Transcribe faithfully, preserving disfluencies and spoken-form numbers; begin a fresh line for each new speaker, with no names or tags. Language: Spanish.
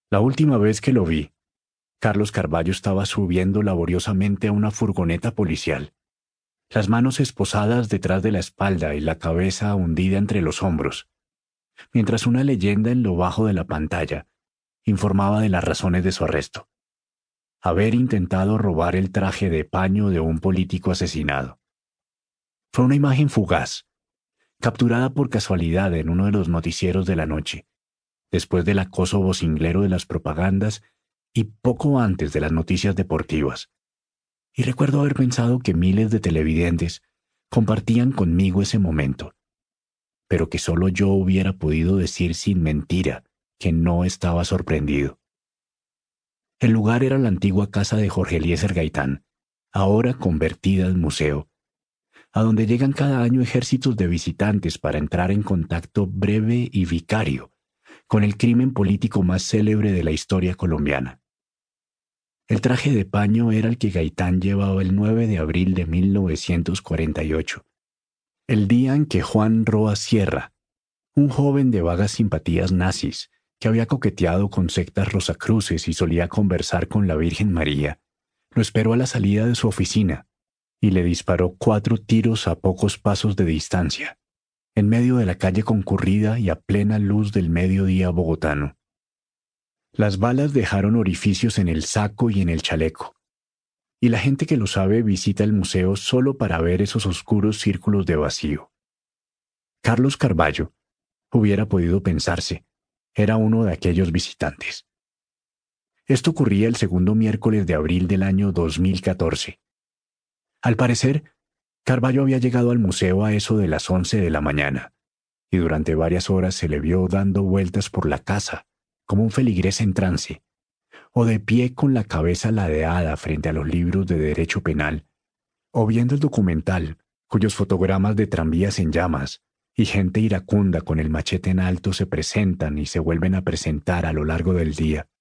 La última vez que lo vi, Carlos Carballo estaba subiendo laboriosamente a una furgoneta policial, las manos esposadas detrás de la espalda y la cabeza hundida entre los hombros, mientras una leyenda en lo bajo de la pantalla informaba de las razones de su arresto: haber intentado robar el traje de paño de un político asesinado. Fue una imagen fugaz, capturada por casualidad en uno de los noticieros de la noche, después del acoso vocinglero de las propagandas y poco antes de las noticias deportivas. Y recuerdo haber pensado que miles de televidentes compartían conmigo ese momento, pero que solo yo hubiera podido decir sin mentira que no estaba sorprendido. El lugar era la antigua casa de Jorge Eliezer Gaitán, ahora convertida en museo, a donde llegan cada año ejércitos de visitantes para entrar en contacto breve y vicario con el crimen político más célebre de la historia colombiana. El traje de paño era el que Gaitán llevaba el nueve de abril de mil novecientos cuarenta y ocho, el día en que Juan Roa Sierra, un joven de vagas simpatías nazis que había coqueteado con sectas rosacruces y solía conversar con la Virgen María, lo esperó a la salida de su oficina y le disparó cuatro tiros a pocos pasos de distancia, en medio de la calle concurrida y a plena luz del mediodía bogotano. Las balas dejaron orificios en el saco y en el chaleco, y la gente que lo sabe visita el museo solo para ver esos oscuros círculos de vacío. Carlos Carballo, hubiera podido pensarse, era uno de aquellos visitantes. Esto ocurría el segundo miércoles de abril del año dos mil catorce. Al parecer, Carballo había llegado al museo a eso de las once de la mañana, y durante varias horas se le vio dando vueltas por la casa, como un feligrés en trance, o de pie con la cabeza ladeada frente a los libros de derecho penal, o viendo el documental, cuyos fotogramas de tranvías en llamas y gente iracunda con el machete en alto se presentan y se vuelven a presentar a lo largo del día.